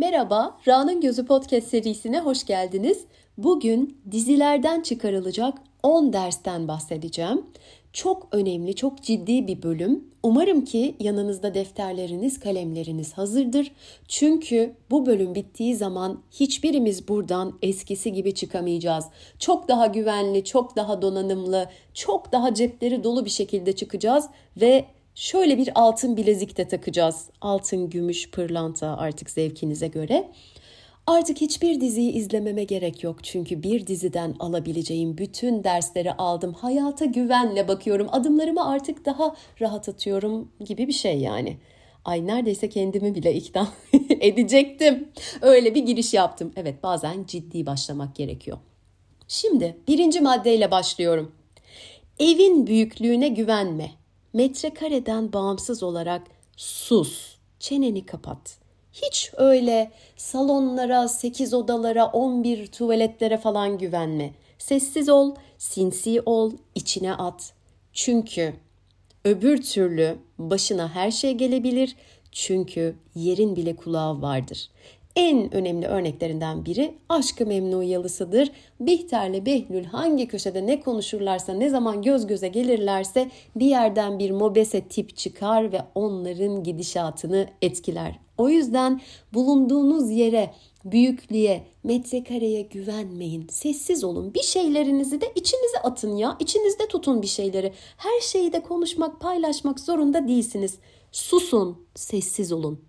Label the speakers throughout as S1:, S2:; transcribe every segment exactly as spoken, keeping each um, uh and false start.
S1: Merhaba, Ra'nın Gözü Podcast serisine hoş geldiniz. Bugün dizilerden çıkarılacak on dersten bahsedeceğim. Çok önemli, çok ciddi bir bölüm. Umarım ki yanınızda defterleriniz, kalemleriniz hazırdır. Çünkü bu bölüm bittiği zaman hiçbirimiz buradan eskisi gibi çıkamayacağız. Çok daha güvenli, çok daha donanımlı, çok daha cepleri dolu bir şekilde çıkacağız ve şöyle bir altın bilezik de takacağız. Altın, gümüş, pırlanta artık zevkinize göre. Artık hiçbir diziyi izlememe gerek yok. Çünkü bir diziden alabileceğim bütün dersleri aldım. Hayata güvenle bakıyorum. Adımlarımı artık daha rahat atıyorum gibi bir şey yani. Ay neredeyse kendimi bile ikna edecektim. Öyle bir giriş yaptım. Evet, bazen ciddi başlamak gerekiyor. Şimdi birinci maddeyle başlıyorum. Evin büyüklüğüne güvenme. Metrekareden bağımsız olarak sus, çeneni kapat. Hiç öyle salonlara, sekiz odalara, on bir tuvaletlere falan güvenme. Sessiz ol, sinsi ol, içine at. Çünkü öbür türlü başına her şey gelebilir. Çünkü yerin bile kulağı vardır. En önemli örneklerinden biri Aşk-ı Memnu yalısıdır. Bihter'le Behlül hangi köşede ne konuşurlarsa, ne zaman göz göze gelirlerse bir yerden bir mobese tip çıkar ve onların gidişatını etkiler. O yüzden bulunduğunuz yere, büyüklüğe, metrekareye güvenmeyin. Sessiz olun. Bir şeylerinizi de içinize atın ya. İçinizde tutun bir şeyleri. Her şeyi de konuşmak, paylaşmak zorunda değilsiniz. Susun, sessiz olun.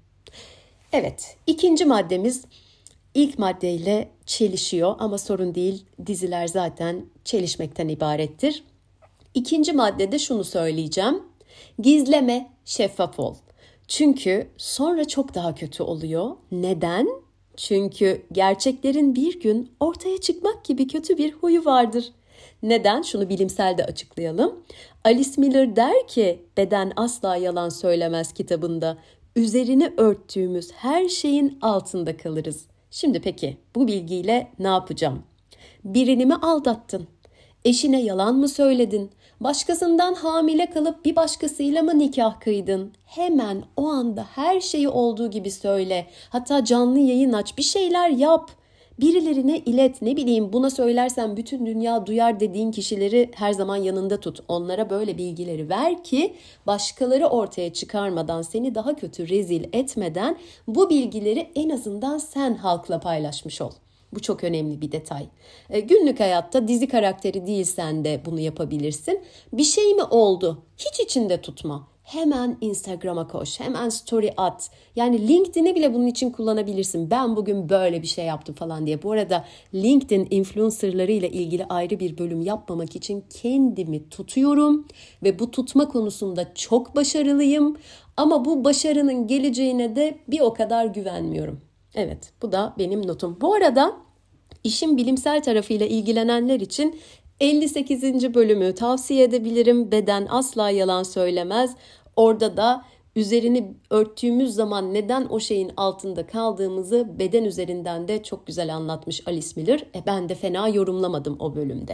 S1: Evet, ikinci maddemiz ilk maddeyle çelişiyor ama sorun değil. Diziler zaten çelişmekten ibarettir. İkinci maddede şunu söyleyeceğim. Gizleme, şeffaf ol. Çünkü sonra çok daha kötü oluyor. Neden? Çünkü gerçeklerin bir gün ortaya çıkmak gibi kötü bir huyu vardır. Neden? Şunu bilimsel de açıklayalım. Alice Miller der ki, Beden Asla Yalan Söylemez kitabında, üzerini örttüğümüz her şeyin altında kalırız. Şimdi peki bu bilgiyle ne yapacağım? Birini mi aldattın? Eşine yalan mı söyledin? Başkasından hamile kalıp bir başkasıyla mı nikah kıydın? Hemen o anda her şeyi olduğu gibi söyle. Hatta canlı yayın aç, bir şeyler yap. Birilerine ilet, ne bileyim buna söylersen bütün dünya duyar dediğin kişileri her zaman yanında tut. Onlara böyle bilgileri ver ki başkaları ortaya çıkarmadan, seni daha kötü rezil etmeden bu bilgileri en azından sen halkla paylaşmış ol. Bu çok önemli bir detay. E, günlük hayatta dizi karakteri değilsen de bunu yapabilirsin. Bir şey mi oldu? Hiç içinde tutma. Hemen Instagram'a koş, hemen story at. Yani LinkedIn'i bile bunun için kullanabilirsin. Ben bugün böyle bir şey yaptım falan diye. Bu arada LinkedIn influencerları ile ilgili ayrı bir bölüm yapmamak için kendimi tutuyorum. Ve bu tutma konusunda çok başarılıyım. Ama bu başarının geleceğine de bir o kadar güvenmiyorum. Evet, bu da benim notum. Bu arada işin bilimsel tarafıyla ilgilenenler için elli sekizinci bölümü tavsiye edebilirim. Beden Asla Yalan Söylemez. Orada da üzerini örttüğümüz zaman neden o şeyin altında kaldığımızı beden üzerinden de çok güzel anlatmış Alice Miller. E ben de fena yorumlamadım o bölümde.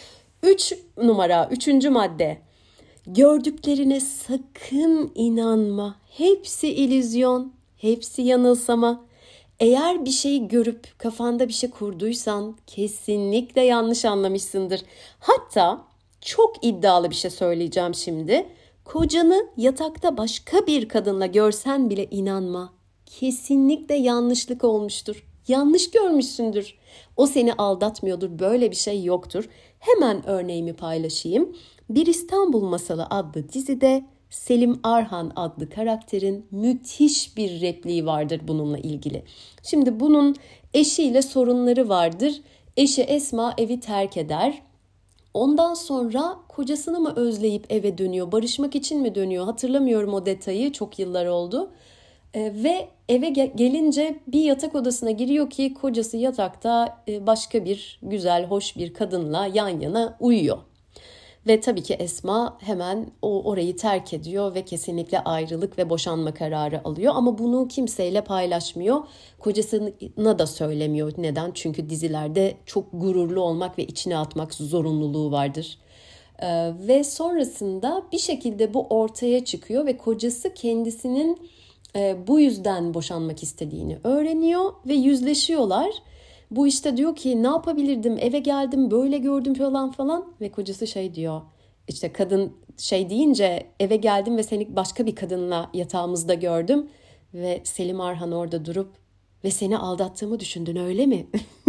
S1: Üç numara, üçüncü madde. Gördüklerine sakın inanma. Hepsi illüzyon, hepsi yanılsama. Eğer bir şey görüp kafanda bir şey kurduysan kesinlikle yanlış anlamışsındır. Hatta çok iddialı bir şey söyleyeceğim şimdi. Kocanı yatakta başka bir kadınla görsen bile inanma. Kesinlikle yanlışlık olmuştur. Yanlış görmüşsündür. O seni aldatmıyordur. Böyle bir şey yoktur. Hemen örneğimi paylaşayım. Bir İstanbul Masalı adlı dizide Selim Arhan adlı karakterin müthiş bir repliği vardır bununla ilgili. Şimdi bunun eşiyle sorunları vardır. Eşi Esma evi terk eder. Ondan sonra kocasını mı özleyip eve dönüyor, barışmak için mi dönüyor hatırlamıyorum o detayı, çok yıllar oldu. Ee, ve eve ge- gelince bir yatak odasına giriyor ki kocası yatakta e, başka bir güzel, hoş bir kadınla yan yana uyuyor. Ve tabii ki Esma hemen o orayı terk ediyor ve kesinlikle ayrılık ve boşanma kararı alıyor. Ama bunu kimseyle paylaşmıyor. Kocasına da söylemiyor. Neden? Çünkü dizilerde çok gururlu olmak ve içine atmak zorunluluğu vardır. Ee, ve sonrasında bir şekilde bu ortaya çıkıyor ve kocası kendisinin e, bu yüzden boşanmak istediğini öğreniyor ve yüzleşiyorlar. Bu işte diyor ki ne yapabilirdim, eve geldim böyle gördüm falan falan ve kocası şey diyor. İşte kadın şey deyince eve geldim ve seni başka bir kadınla yatağımızda gördüm ve Selim Arhan orada durup ve seni aldattığımı düşündün öyle mi?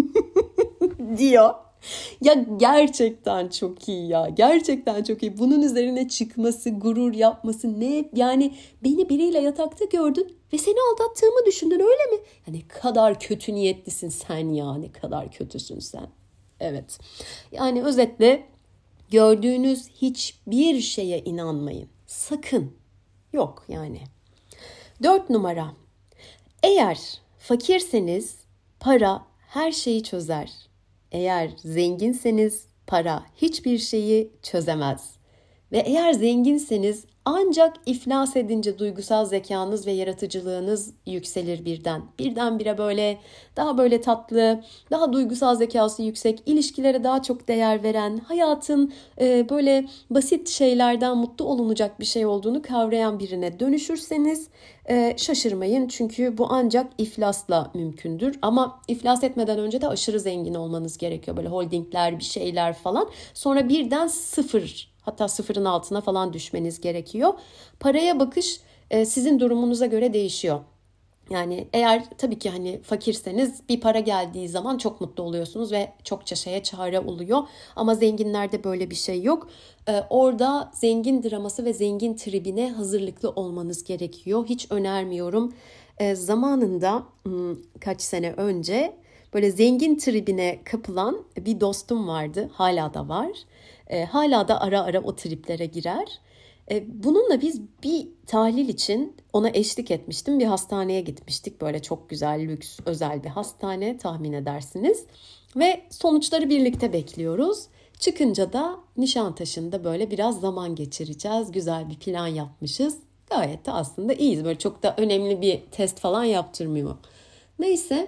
S1: diyor. Ya gerçekten çok iyi ya. Gerçekten çok iyi. Bunun üzerine çıkması, gurur yapması ne? Yani beni biriyle yatakta gördün ve seni aldattığımı düşündün öyle mi? Ya ne kadar kötü niyetlisin sen ya. Ne kadar kötüsün sen. Evet. Yani özetle gördüğünüz hiçbir şeye inanmayın. Sakın. Yok yani. Dört numara. Eğer fakirseniz para her şeyi çözer. Eğer zenginseniz para hiçbir şeyi çözemez. Ve eğer zenginseniz ancak iflas edince duygusal zekanız ve yaratıcılığınız yükselir birden. Birdenbire böyle daha böyle tatlı, daha duygusal zekası yüksek, ilişkilere daha çok değer veren, hayatın e, böyle basit şeylerden mutlu olunacak bir şey olduğunu kavrayan birine dönüşürseniz e, şaşırmayın. Çünkü bu ancak iflasla mümkündür. Ama iflas etmeden önce de aşırı zengin olmanız gerekiyor. Böyle holdingler, bir şeyler falan. Sonra birden sıfır, hatta sıfırın altına falan düşmeniz gerekiyor. Paraya bakış e, sizin durumunuza göre değişiyor. Yani eğer tabii ki hani fakirseniz bir para geldiği zaman çok mutlu oluyorsunuz ve çokça şeye çare oluyor. Ama zenginlerde böyle bir şey yok. Ee, orada zengin draması ve zengin tribine hazırlıklı olmanız gerekiyor. Hiç önermiyorum. Ee, zamanında hmm, kaç sene önce böyle zengin tribine kapılan bir dostum vardı. Hala da var. Ee, hala da ara ara o triplere girer. Bununla biz bir tahlil için ona eşlik etmiştim. Bir hastaneye gitmiştik. Böyle çok güzel, lüks, özel bir hastane tahmin edersiniz. Ve sonuçları birlikte bekliyoruz. Çıkınca da Nişantaşı'nda böyle biraz zaman geçireceğiz. Güzel bir plan yapmışız. Gayet de aslında iyiyiz. Böyle çok da önemli bir test falan yaptırmıyor. Neyse.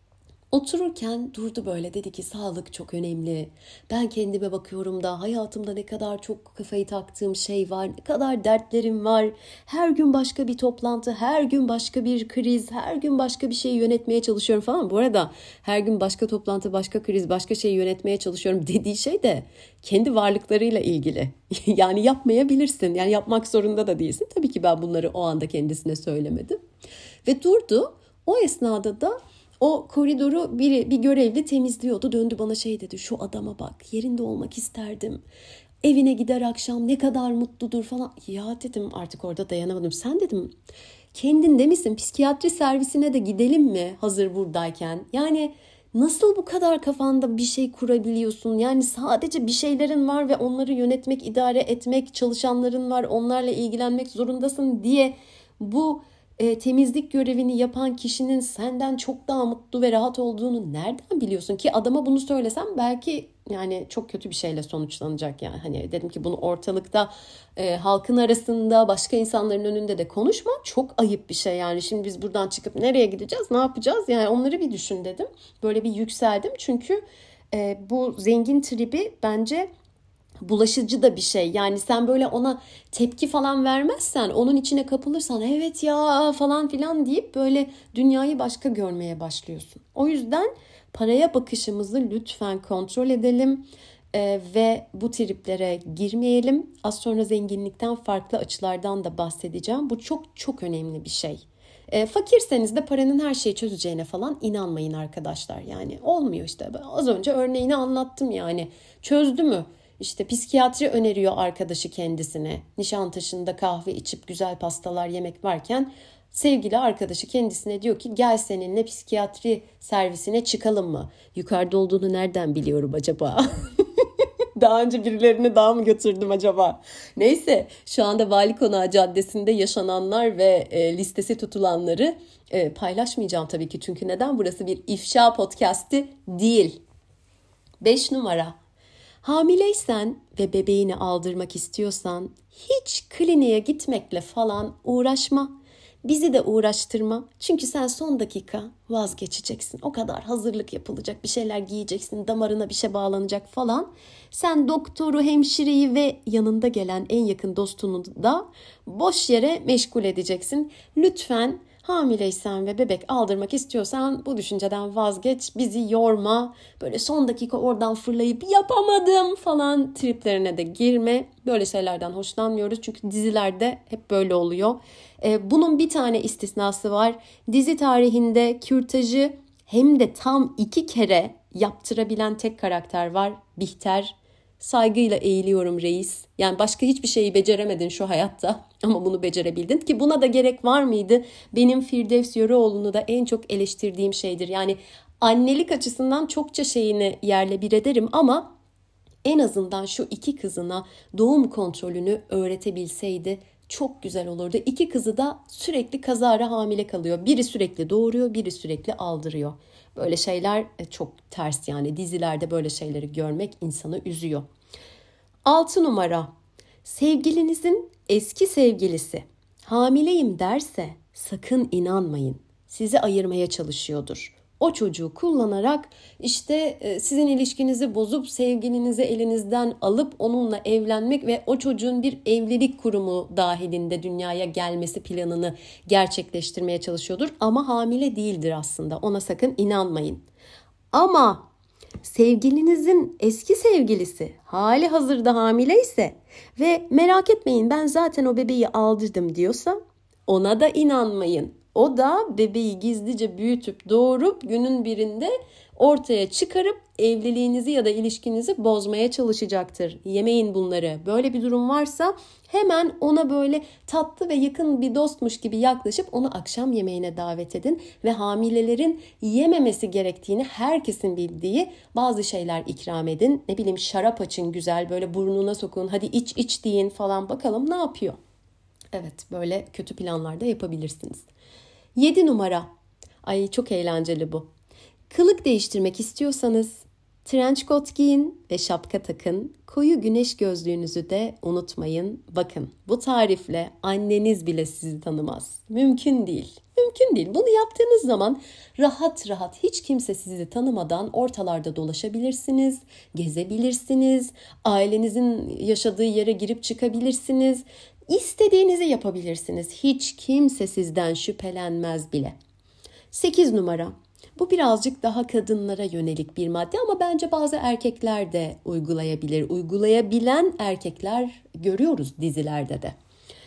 S1: Otururken durdu böyle, dedi ki sağlık çok önemli. Ben kendime bakıyorum da hayatımda ne kadar çok kafayı taktığım şey var. Ne kadar dertlerim var. Her gün başka bir toplantı, her gün başka bir kriz, her gün başka bir şeyi yönetmeye çalışıyorum falan. Bu arada her gün başka toplantı, başka kriz, başka şeyi yönetmeye çalışıyorum dediği şey de kendi varlıklarıyla ilgili. Yani yapmayabilirsin. Yani yapmak zorunda da değilsin. Tabii ki ben bunları o anda kendisine söylemedim. Ve durdu. O esnada da o koridoru bir, bir görevli temizliyordu. Döndü bana şey dedi. Şu adama bak, yerinde olmak isterdim. Evine gider akşam ne kadar mutludur falan. Ya dedim, artık orada dayanamadım. Sen dedim kendinde misin? Psikiyatri servisine de gidelim mi hazır buradayken? Yani nasıl bu kadar kafanda bir şey kurabiliyorsun? Yani sadece bir şeylerin var ve onları yönetmek, idare etmek, çalışanların var, onlarla ilgilenmek zorundasın diye bu E, temizlik görevini yapan kişinin senden çok daha mutlu ve rahat olduğunu nereden biliyorsun ki? Adama bunu söylesem belki yani çok kötü bir şeyle sonuçlanacak yani. Hani dedim ki bunu ortalıkta e, halkın arasında başka insanların önünde de konuşma, çok ayıp bir şey yani. Şimdi biz buradan çıkıp nereye gideceğiz, ne yapacağız, yani onları bir düşün dedim. Böyle bir yükseldim çünkü e, bu zengin tribi bence bulaşıcı da bir şey. Yani sen böyle ona tepki falan vermezsen, onun içine kapılırsan evet ya falan filan deyip böyle dünyayı başka görmeye başlıyorsun. O yüzden paraya bakışımızı lütfen kontrol edelim ee, ve bu triplere girmeyelim. Az sonra zenginlikten farklı açılardan da bahsedeceğim. Bu çok çok önemli bir şey. E, fakirseniz de paranın her şeyi çözeceğine falan inanmayın arkadaşlar. Yani olmuyor işte. Ben az önce örneğini anlattım yani. Çözdü mü? İşte psikiyatri öneriyor arkadaşı kendisine. Nişantaşı'nda kahve içip güzel pastalar yemek varken sevgili arkadaşı kendisine diyor ki gel seninle psikiyatri servisine çıkalım mı? Yukarıda olduğunu nereden biliyorum acaba? Daha önce birilerini daha mı götürdüm acaba? Neyse, şu anda Vali Konağı Caddesi'nde yaşananlar ve e, listesi tutulanları e, paylaşmayacağım tabii ki. Çünkü neden? Burası bir ifşa podcast'i değil. Beş numara. Hamileysen ve bebeğini aldırmak istiyorsan hiç kliniğe gitmekle falan uğraşma. Bizi de uğraştırma. Çünkü sen son dakika vazgeçeceksin. O kadar hazırlık yapılacak, bir şeyler giyeceksin, damarına bir şey bağlanacak falan. Sen doktoru, hemşireyi ve yanında gelen en yakın dostunu da boş yere meşgul edeceksin. Lütfen hamileysen ve bebek aldırmak istiyorsan bu düşünceden vazgeç. Bizi yorma. Böyle son dakika oradan fırlayıp yapamadım falan triplerine de girme. Böyle şeylerden hoşlanmıyoruz. Çünkü dizilerde hep böyle oluyor. Ee, bunun bir tane istisnası var. Dizi tarihinde kürtajı hem de tam iki kere yaptırabilen tek karakter var. Bihter. Saygıyla eğiliyorum reis. Yani başka hiçbir şeyi beceremedin şu hayatta ama bunu becerebildin ki buna da gerek var mıydı? Benim Firdevs Yöreoğlu'nu da en çok eleştirdiğim şeydir. Yani annelik açısından çokça şeyini yerle bir ederim ama en azından şu iki kızına doğum kontrolünü öğretebilseydi çok güzel olurdu. İki kızı da sürekli kazara hamile kalıyor. Biri sürekli doğuruyor, biri sürekli aldırıyor. Böyle şeyler çok ters yani dizilerde böyle şeyleri görmek insanı üzüyor. Altı numara. Sevgilinizin eski sevgilisi hamileyim derse sakın inanmayın. Sizi ayırmaya çalışıyordur. O çocuğu kullanarak işte sizin ilişkinizi bozup sevgilinizi elinizden alıp onunla evlenmek ve o çocuğun bir evlilik kurumu dahilinde dünyaya gelmesi planını gerçekleştirmeye çalışıyordur. Ama hamile değildir aslında. Ona sakın inanmayın. Ama sevgilinizin eski sevgilisi hali hazırda hamileyse ve merak etmeyin ben zaten o bebeği aldırdım diyorsa ona da inanmayın. O da bebeği gizlice büyütüp doğurup günün birinde ortaya çıkarıp evliliğinizi ya da ilişkinizi bozmaya çalışacaktır. Yemeyin bunları. Böyle bir durum varsa hemen ona böyle tatlı ve yakın bir dostmuş gibi yaklaşıp onu akşam yemeğine davet edin ve hamilelerin yememesi gerektiğini herkesin bildiği bazı şeyler ikram edin. Ne bileyim şarap açın güzel böyle burnuna sokun hadi iç iç deyin falan bakalım ne yapıyor. Evet böyle kötü planlar da yapabilirsiniz. Yedi numara. Ay çok eğlenceli bu. Kılık değiştirmek istiyorsanız trench coat giyin ve şapka takın. Koyu güneş gözlüğünüzü de unutmayın. Bakın bu tarifle anneniz bile sizi tanımaz. Mümkün değil. Mümkün değil. Bunu yaptığınız zaman rahat rahat hiç kimse sizi tanımadan ortalarda dolaşabilirsiniz, gezebilirsiniz, ailenizin yaşadığı yere girip çıkabilirsiniz. İstediğinizi yapabilirsiniz. Hiç kimse sizden şüphelenmez bile. sekiz numara. Bu birazcık daha kadınlara yönelik bir madde ama bence bazı erkekler de uygulayabilir. Uygulayabilen erkekler görüyoruz dizilerde de.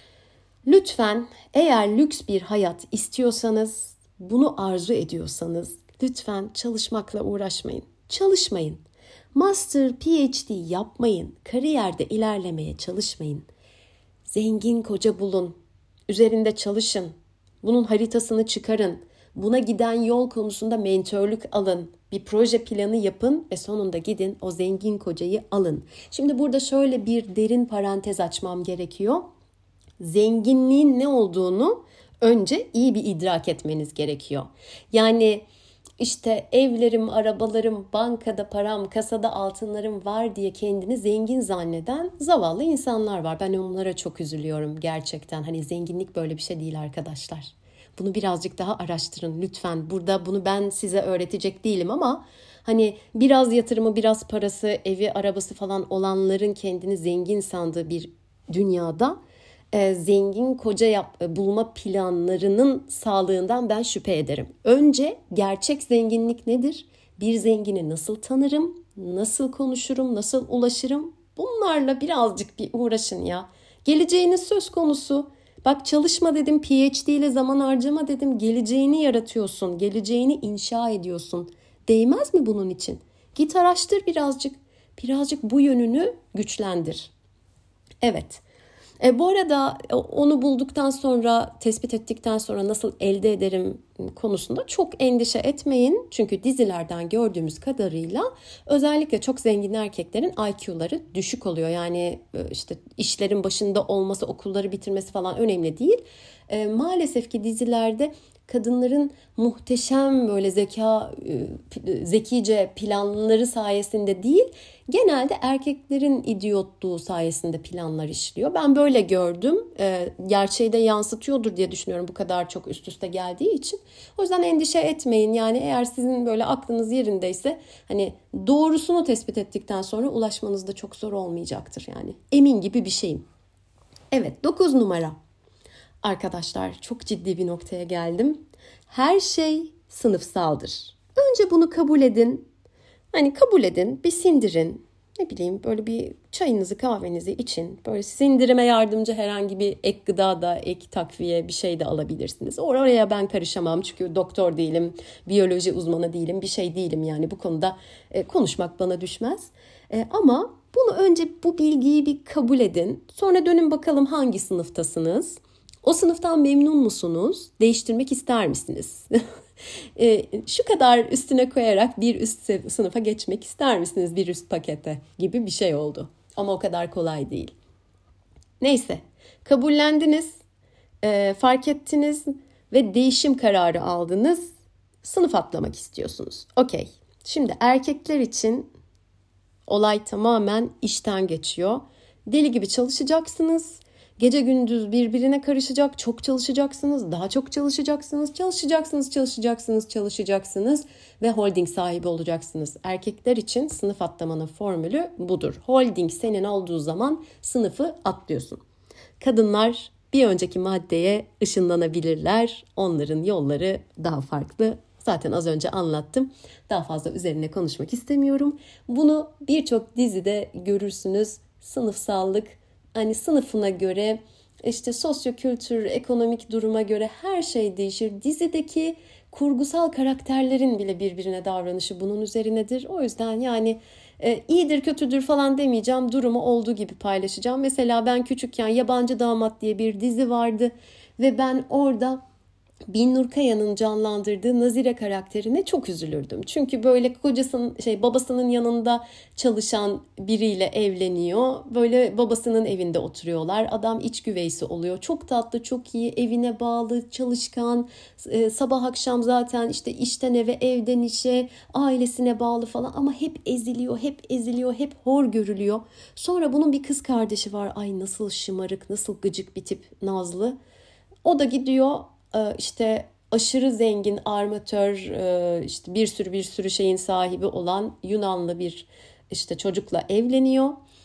S1: Lütfen eğer lüks bir hayat istiyorsanız, bunu arzu ediyorsanız lütfen çalışmakla uğraşmayın. Çalışmayın. Master, P H D yapmayın. Kariyerde ilerlemeye çalışmayın. Zengin koca bulun. Üzerinde çalışın. Bunun haritasını çıkarın. Buna giden yol konusunda mentörlük alın. Bir proje planı yapın ve sonunda gidin o zengin kocayı alın. Şimdi burada şöyle bir derin parantez açmam gerekiyor. Zenginliğin ne olduğunu önce iyi bir idrak etmeniz gerekiyor. Yani işte evlerim, arabalarım, bankada param, kasada altınlarım var diye kendini zengin zanneden zavallı insanlar var. Ben onlara çok üzülüyorum gerçekten. Hani zenginlik böyle bir şey değil arkadaşlar. Bunu birazcık daha araştırın lütfen. Burada bunu ben size öğretecek değilim ama hani biraz yatırımı, biraz parası, evi, arabası falan olanların kendini zengin sandığı bir dünyada e, zengin koca yap, bulma planlarının sağlığından ben şüphe ederim. Önce gerçek zenginlik nedir? Bir zengini nasıl tanırım? Nasıl konuşurum? Nasıl ulaşırım? Bunlarla birazcık bir uğraşın ya. Geleceğiniz söz konusu. Bak çalışma dedim, P H D ile zaman harcama dedim. Geleceğini yaratıyorsun, geleceğini inşa ediyorsun. Değmez mi bunun için? Git araştır birazcık. Birazcık bu yönünü güçlendir. Evet. E, bu arada onu bulduktan sonra, tespit ettikten sonra nasıl elde ederim konusunda çok endişe etmeyin. Çünkü dizilerden gördüğümüz kadarıyla özellikle çok zengin erkeklerin I Q'ları düşük oluyor. Yani işte işlerin başında olması, okulları bitirmesi falan önemli değil. E, maalesef ki dizilerde kadınların muhteşem böyle zeka, zekice planları sayesinde değil, genelde erkeklerin idiotluğu sayesinde planlar işliyor. Ben böyle gördüm. Gerçeği de yansıtıyordur diye düşünüyorum bu kadar çok üst üste geldiği için. O yüzden endişe etmeyin. Yani eğer sizin böyle aklınız yerindeyse hani doğrusunu tespit ettikten sonra ulaşmanız da çok zor olmayacaktır yani. Emin gibi bir şeyim. Evet, dokuz numara. Arkadaşlar çok ciddi bir noktaya geldim. Her şey sınıfsaldır. Önce bunu kabul edin. Hani kabul edin, bir sindirin. Ne bileyim böyle bir çayınızı kahvenizi için. Böyle sindirime yardımcı herhangi bir ek gıda da, ek takviye bir şey de alabilirsiniz. Oraya ben karışamam çünkü doktor değilim, biyoloji uzmanı değilim, bir şey değilim yani bu konuda e, konuşmak bana düşmez. E, ama bunu önce bu bilgiyi bir kabul edin. Sonra dönün bakalım hangi sınıftasınız? O sınıftan memnun musunuz? Değiştirmek ister misiniz? e, şu kadar üstüne koyarak bir üst sınıfa geçmek ister misiniz? Bir üst pakete gibi bir şey oldu. Ama o kadar kolay değil. Neyse, kabullendiniz, e, fark ettiniz ve değişim kararı aldınız. Sınıf atlamak istiyorsunuz. Okey. Şimdi erkekler için olay tamamen işten geçiyor. Deli gibi çalışacaksınız. Gece gündüz birbirine karışacak, çok çalışacaksınız, daha çok çalışacaksınız, çalışacaksınız, çalışacaksınız, çalışacaksınız ve holding sahibi olacaksınız. Erkekler için sınıf atlamanın formülü budur. Holding senin olduğu zaman sınıfı atlıyorsun. Kadınlar bir önceki maddeye ışınlanabilirler. Onların yolları daha farklı. Zaten az önce anlattım. Daha fazla üzerine konuşmak istemiyorum. Bunu birçok dizide görürsünüz. Sınıfsallık, hani sınıfına göre, işte sosyokültür, ekonomik duruma göre her şey değişir. Dizideki kurgusal karakterlerin bile birbirine davranışı bunun üzerinedir. O yüzden yani e, iyidir kötüdür falan demeyeceğim. Durumu olduğu gibi paylaşacağım. Mesela ben küçükken Yabancı Damat diye bir dizi vardı ve ben orada Binnur Kaya'nın canlandırdığı Nazire karakterine çok üzülürdüm. Çünkü böyle kocasının şey babasının yanında çalışan biriyle evleniyor. Böyle babasının evinde oturuyorlar. Adam iç güveysi oluyor. Çok tatlı, çok iyi, evine bağlı, çalışkan. Ee, sabah akşam zaten işte işten eve, evden işe, ailesine bağlı falan ama hep eziliyor, hep eziliyor, hep hor görülüyor. Sonra bunun bir kız kardeşi var. Ay nasıl şımarık, nasıl gıcık bir tip, Nazlı. O da gidiyor işte aşırı zengin armatör, işte bir sürü bir sürü şeyin sahibi olan Yunanlı bir işte çocukla evleniyor.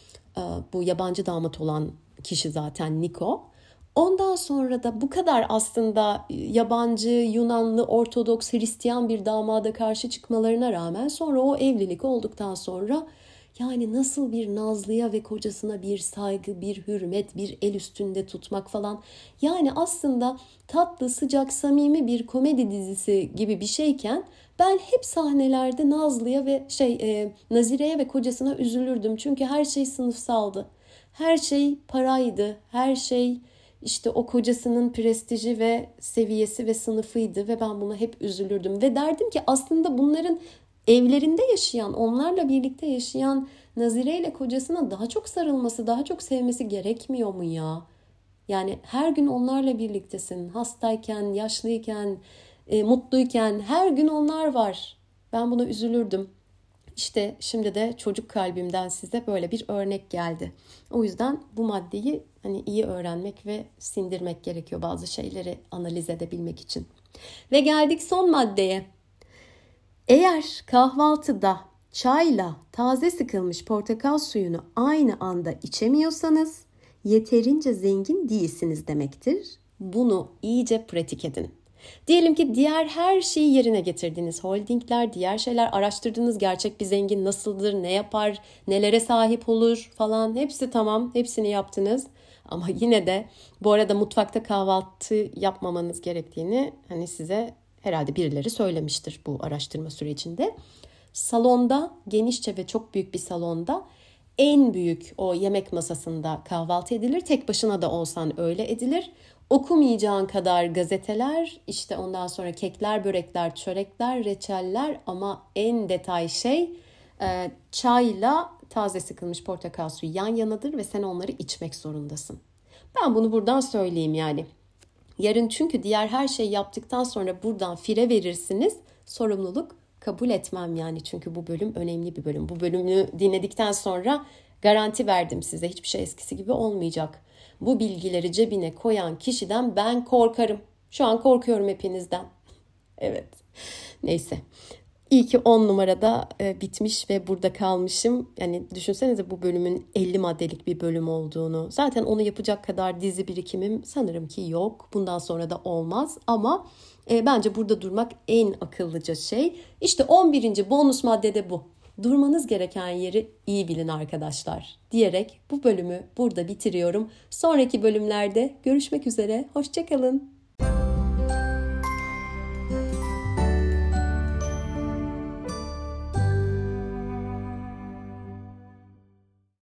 S1: Bu yabancı damat olan kişi zaten Niko. Ondan sonra da bu kadar aslında yabancı, Yunanlı, Ortodoks, Hristiyan bir damada karşı çıkmalarına rağmen sonra o evlilik olduktan sonra yani nasıl bir Nazlı'ya ve kocasına bir saygı, bir hürmet, bir el üstünde tutmak falan. Yani aslında tatlı, sıcak, samimi bir komedi dizisi gibi bir şeyken ben hep sahnelerde Nazlı'ya ve şey e, Nazire'ye ve kocasına üzülürdüm. Çünkü her şey sınıfsaldı. Her şey paraydı. Her şey işte o kocasının prestiji ve seviyesi ve sınıfıydı ve ben buna hep üzülürdüm. Ve derdim ki aslında bunların evlerinde yaşayan, onlarla birlikte yaşayan Nazire ile kocasına daha çok sarılması, daha çok sevmesi gerekmiyor mu ya? Yani her gün onlarla birliktesin. Hastayken, yaşlıyken, e, mutluyken her gün onlar var. Ben buna üzülürdüm. İşte şimdi de çocuk kalbimden size böyle bir örnek geldi. O yüzden bu maddeyi hani iyi öğrenmek ve sindirmek gerekiyor bazı şeyleri analiz edebilmek için. Ve geldik son maddeye. Eğer kahvaltıda çayla taze sıkılmış portakal suyunu aynı anda içemiyorsanız yeterince zengin değilsiniz demektir. Bunu iyice pratik edin. Diyelim ki diğer her şeyi yerine getirdiniz. Holdingler, diğer şeyler araştırdınız. Gerçek bir zengin nasıldır, ne yapar, nelere sahip olur falan. Hepsi tamam, hepsini yaptınız. Ama yine de bu arada mutfakta kahvaltı yapmamanız gerektiğini hani size herhalde birileri söylemiştir bu araştırma sürecinde. Salonda, genişçe ve çok büyük bir salonda en büyük o yemek masasında kahvaltı edilir. Tek başına da olsan öyle edilir. Okumayacağın kadar gazeteler, işte ondan sonra kekler, börekler, çörekler, reçeller ama en detay şey çayla taze sıkılmış portakal suyu yan yanadır ve sen onları içmek zorundasın. Ben bunu buradan söyleyeyim yani. Yarın çünkü diğer her şeyi yaptıktan sonra buradan fire verirsiniz. Sorumluluk kabul etmem yani, çünkü bu bölüm önemli bir bölüm. Bu bölümü dinledikten sonra garanti verdim size, hiçbir şey eskisi gibi olmayacak. Bu bilgileri cebine koyan kişiden ben korkarım. Şu an korkuyorum hepinizden. Evet. Neyse. İyi ki on numarada e, bitmiş ve burada kalmışım. Yani düşünsenize bu bölümün elli maddelik bir bölüm olduğunu. Zaten onu yapacak kadar dizi birikimim sanırım ki yok. Bundan sonra da olmaz ama e, bence burada durmak en akıllıca şey. İşte on birinci bonus maddede bu. Durmanız gereken yeri iyi bilin arkadaşlar diyerek bu bölümü burada bitiriyorum. Sonraki bölümlerde görüşmek üzere. Hoşça kalın.